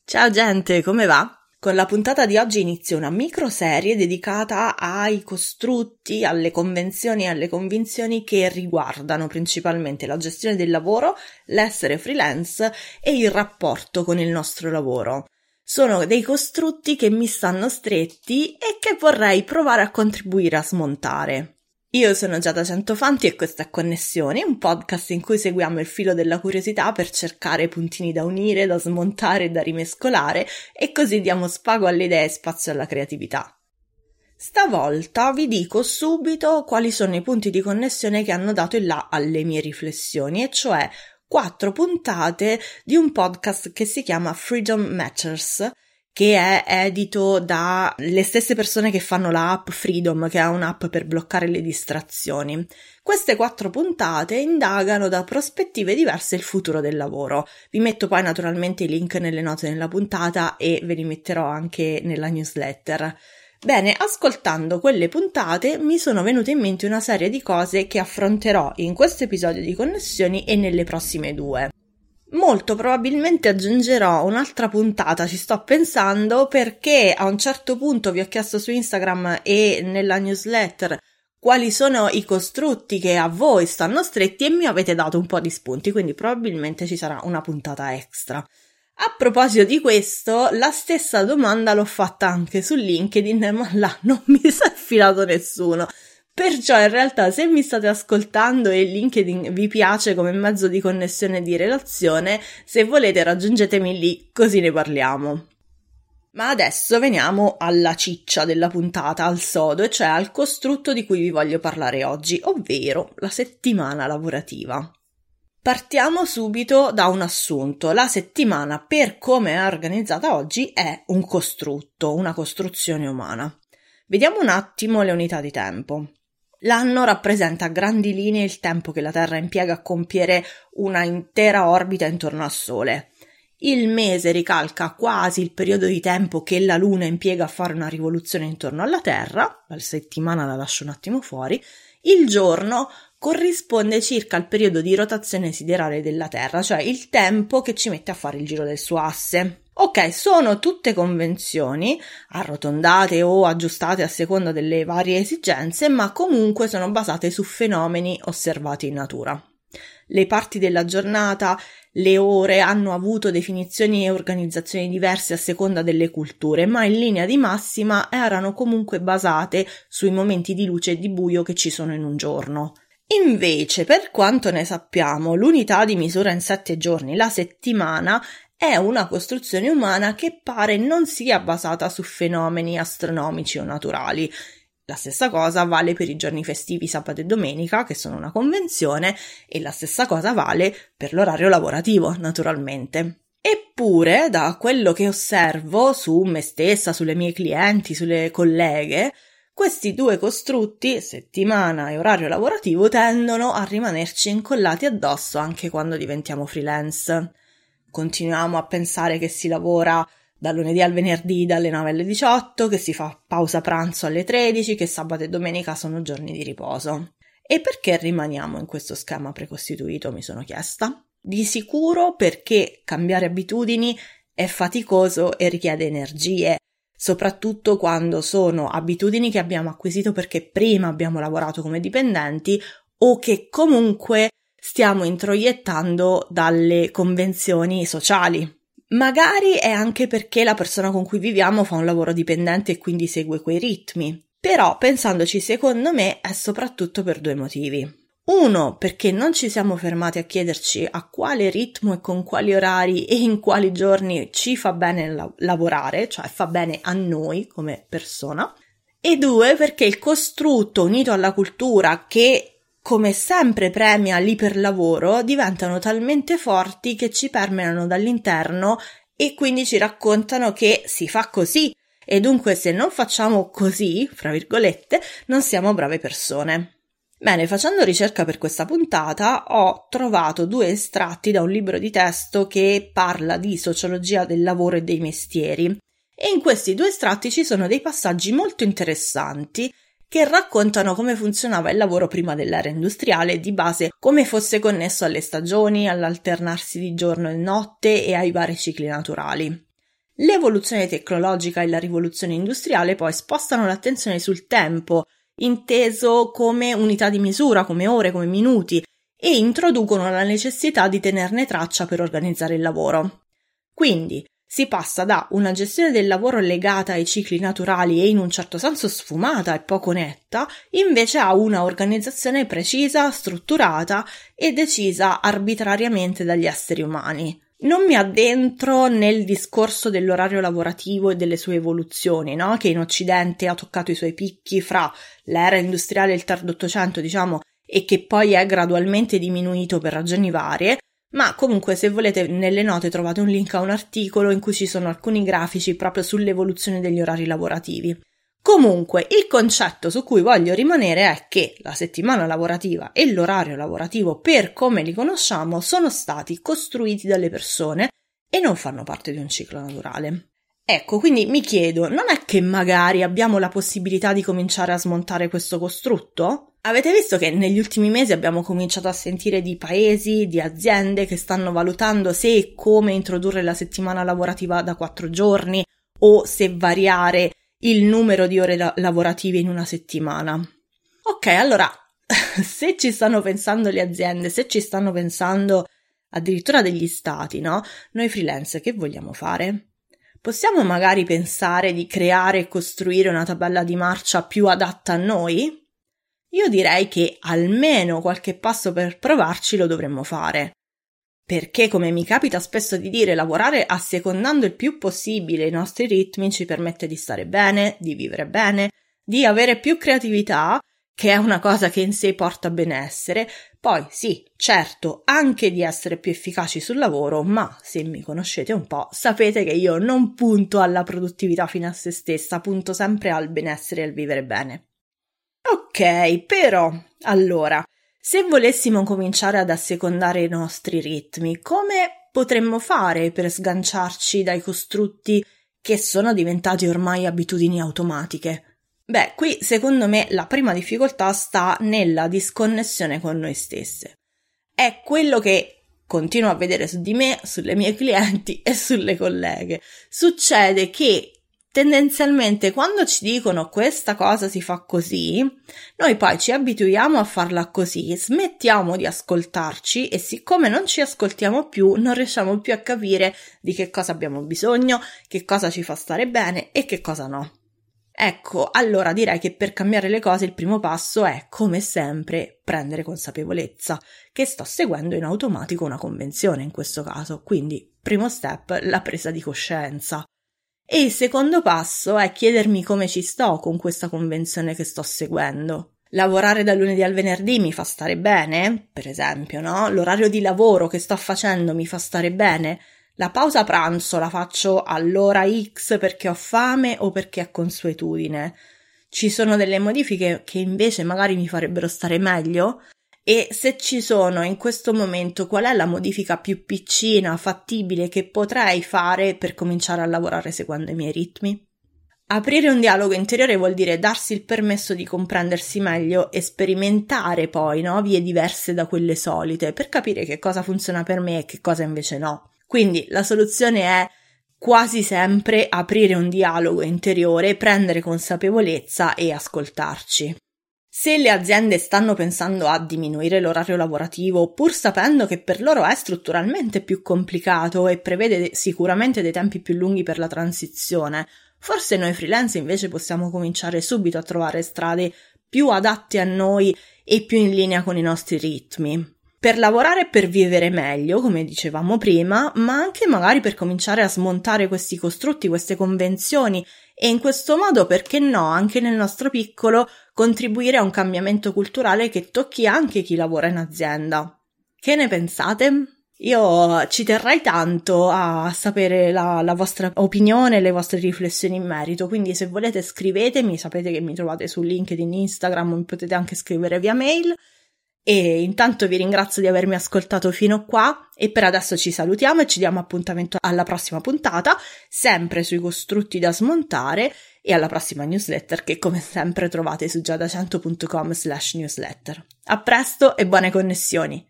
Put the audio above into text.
Ciao gente, come va? Con la puntata di oggi inizio una microserie dedicata ai costrutti, alle convenzioni e alle convinzioni che riguardano principalmente la gestione del lavoro, l'essere freelance e il rapporto con il nostro lavoro. Sono dei costrutti che mi stanno stretti e che vorrei provare a contribuire a smontare. Io sono Giada Centofanti e questo è Connessioni, un podcast in cui seguiamo il filo della curiosità per cercare puntini da unire, da smontare e da rimescolare e così diamo spago alle idee e spazio alla creatività. Stavolta vi dico subito quali sono i punti di connessione che hanno dato il là alle mie riflessioni, e cioè 4 puntate di un podcast che si chiama Freedom Matters, che è edito dalle stesse persone che fanno la app Freedom, che è un'app per bloccare le distrazioni. Queste 4 puntate indagano da prospettive diverse il futuro del lavoro. Vi metto poi naturalmente i link nelle note della puntata e ve li metterò anche nella newsletter. Bene, ascoltando quelle puntate mi sono venute in mente una serie di cose che affronterò in questo episodio di Connessioni e nelle prossime 2. Molto probabilmente aggiungerò un'altra puntata, ci sto pensando, perché a un certo punto vi ho chiesto su Instagram e nella newsletter quali sono i costrutti che a voi stanno stretti e mi avete dato un po' di spunti, quindi probabilmente ci sarà una puntata extra. A proposito di questo, la stessa domanda l'ho fatta anche su LinkedIn, ma là non mi si è filato nessuno. Perciò in realtà se mi state ascoltando e LinkedIn vi piace come mezzo di connessione e di relazione, se volete raggiungetemi lì così ne parliamo. Ma adesso veniamo alla ciccia della puntata, al sodo, e cioè al costrutto di cui vi voglio parlare oggi, ovvero la settimana lavorativa. Partiamo subito da un assunto. La settimana, per come è organizzata oggi, è un costrutto, una costruzione umana. Vediamo un attimo le unità di tempo. L'anno rappresenta a grandi linee il tempo che la Terra impiega a compiere una intera orbita intorno al Sole. Il mese ricalca quasi il periodo di tempo che la Luna impiega a fare una rivoluzione intorno alla Terra, la settimana la lascio un attimo fuori. Il giorno corrisponde circa al periodo di rotazione siderale della Terra, cioè il tempo che ci mette a fare il giro del suo asse. Ok, sono tutte convenzioni, arrotondate o aggiustate a seconda delle varie esigenze, ma comunque sono basate su fenomeni osservati in natura. Le parti della giornata, le ore hanno avuto definizioni e organizzazioni diverse a seconda delle culture, ma in linea di massima erano comunque basate sui momenti di luce e di buio che ci sono in un giorno. Invece, per quanto ne sappiamo, l'unità di misura in 7 giorni, la settimana, è una costruzione umana che pare non sia basata su fenomeni astronomici o naturali. La stessa cosa vale per i giorni festivi sabato e domenica, che sono una convenzione, e la stessa cosa vale per l'orario lavorativo, naturalmente. Eppure, da quello che osservo su me stessa, sulle mie clienti, sulle colleghe, questi 2 costrutti, settimana e orario lavorativo, tendono a rimanerci incollati addosso anche quando diventiamo freelance. Continuiamo a pensare che si lavora dal lunedì al venerdì dalle 9 alle 18, che si fa pausa pranzo alle 13, che sabato e domenica sono giorni di riposo. E perché rimaniamo in questo schema precostituito, mi sono chiesta? Di sicuro perché cambiare abitudini è faticoso e richiede energie, soprattutto quando sono abitudini che abbiamo acquisito perché prima abbiamo lavorato come dipendenti o che comunque stiamo introiettando dalle convenzioni sociali. Magari è anche perché la persona con cui viviamo fa un lavoro dipendente e quindi segue quei ritmi. Però, pensandoci, secondo me è soprattutto per 2 motivi. Uno, perché non ci siamo fermati a chiederci a quale ritmo e con quali orari e in quali giorni ci fa bene lavorare, cioè fa bene a noi come persona. E 2, perché il costrutto unito alla cultura che come sempre premia l'iperlavoro, diventano talmente forti che ci permeano dall'interno e quindi ci raccontano che si fa così e dunque se non facciamo così, fra virgolette, non siamo brave persone. Bene, facendo ricerca per questa puntata ho trovato 2 estratti da un libro di testo che parla di sociologia del lavoro e dei mestieri e in questi 2 estratti ci sono dei passaggi molto interessanti che raccontano come funzionava il lavoro prima dell'era industriale e di base come fosse connesso alle stagioni, all'alternarsi di giorno e notte e ai vari cicli naturali. L'evoluzione tecnologica e la rivoluzione industriale poi spostano l'attenzione sul tempo, inteso come unità di misura, come ore, come minuti, e introducono la necessità di tenerne traccia per organizzare il lavoro. Quindi si passa da una gestione del lavoro legata ai cicli naturali e in un certo senso sfumata e poco netta, invece a una organizzazione precisa, strutturata e decisa arbitrariamente dagli esseri umani. Non mi addentro nel discorso dell'orario lavorativo e delle sue evoluzioni, no? Che in Occidente ha toccato i suoi picchi fra l'era industriale e il tardo Ottocento, diciamo, e che poi è gradualmente diminuito per ragioni varie, ma comunque se volete nelle note trovate un link a un articolo in cui ci sono alcuni grafici proprio sull'evoluzione degli orari lavorativi. Comunque, il concetto su cui voglio rimanere è che la settimana lavorativa e l'orario lavorativo, per come li conosciamo, sono stati costruiti dalle persone e non fanno parte di un ciclo naturale. Ecco, quindi mi chiedo, non è che magari abbiamo la possibilità di cominciare a smontare questo costrutto? Avete visto che negli ultimi mesi abbiamo cominciato a sentire di paesi, di aziende che stanno valutando se e come introdurre la settimana lavorativa da 4 giorni o se variare il numero di ore lavorative in una settimana. Ok, allora, se ci stanno pensando le aziende, se ci stanno pensando addirittura degli stati, no? Noi freelance che vogliamo fare? Possiamo magari pensare di creare e costruire una tabella di marcia più adatta a noi? Io direi che almeno qualche passo per provarci lo dovremmo fare. Perché, come mi capita spesso di dire, lavorare assecondando il più possibile i nostri ritmi ci permette di stare bene, di vivere bene, di avere più creatività, che è una cosa che in sé porta benessere. Poi sì, certo, anche di essere più efficaci sul lavoro, ma se mi conoscete un po', sapete che io non punto alla produttività fine a se stessa, punto sempre al benessere e al vivere bene. Ok, però, allora, se volessimo cominciare ad assecondare i nostri ritmi, come potremmo fare per sganciarci dai costrutti che sono diventati ormai abitudini automatiche? Beh, qui secondo me la prima difficoltà sta nella disconnessione con noi stesse. È quello che continuo a vedere su di me, sulle mie clienti e sulle colleghe. Succede che tendenzialmente quando ci dicono questa cosa si fa così, noi poi ci abituiamo a farla così, smettiamo di ascoltarci e siccome non ci ascoltiamo più, non riusciamo più a capire di che cosa abbiamo bisogno, che cosa ci fa stare bene e che cosa no. Ecco, allora direi che per cambiare le cose il primo passo è, come sempre, prendere consapevolezza, che sto seguendo in automatico una convenzione in questo caso, quindi primo step, la presa di coscienza. E il secondo passo è chiedermi come ci sto con questa convenzione che sto seguendo. Lavorare dal lunedì al venerdì mi fa stare bene? Per esempio, no? L'orario di lavoro che sto facendo mi fa stare bene? La pausa pranzo la faccio all'ora X perché ho fame o perché è consuetudine? Ci sono delle modifiche che invece magari mi farebbero stare meglio? E se ci sono in questo momento, qual è la modifica più piccina, fattibile che potrei fare per cominciare a lavorare seguendo i miei ritmi? Aprire un dialogo interiore vuol dire darsi il permesso di comprendersi meglio e sperimentare poi, no, vie diverse da quelle solite per capire che cosa funziona per me e che cosa invece no. Quindi la soluzione è quasi sempre aprire un dialogo interiore, prendere consapevolezza e ascoltarci. Se le aziende stanno pensando a diminuire l'orario lavorativo, pur sapendo che per loro è strutturalmente più complicato e prevede sicuramente dei tempi più lunghi per la transizione, forse noi freelance invece possiamo cominciare subito a trovare strade più adatte a noi e più in linea con i nostri ritmi. Per lavorare e per vivere meglio, come dicevamo prima, ma anche magari per cominciare a smontare questi costrutti, queste convenzioni e in questo modo, perché no, anche nel nostro piccolo, contribuire a un cambiamento culturale che tocchi anche chi lavora in azienda. Che ne pensate? Io ci terrei tanto a sapere la vostra opinione, le vostre riflessioni in merito, quindi se volete scrivetemi, sapete che mi trovate su LinkedIn, Instagram, mi potete anche scrivere via mail. E intanto vi ringrazio di avermi ascoltato fino qua e per adesso ci salutiamo e ci diamo appuntamento alla prossima puntata, sempre sui costrutti da smontare e alla prossima newsletter che come sempre trovate su giadacento.com/newsletter. A presto e buone connessioni!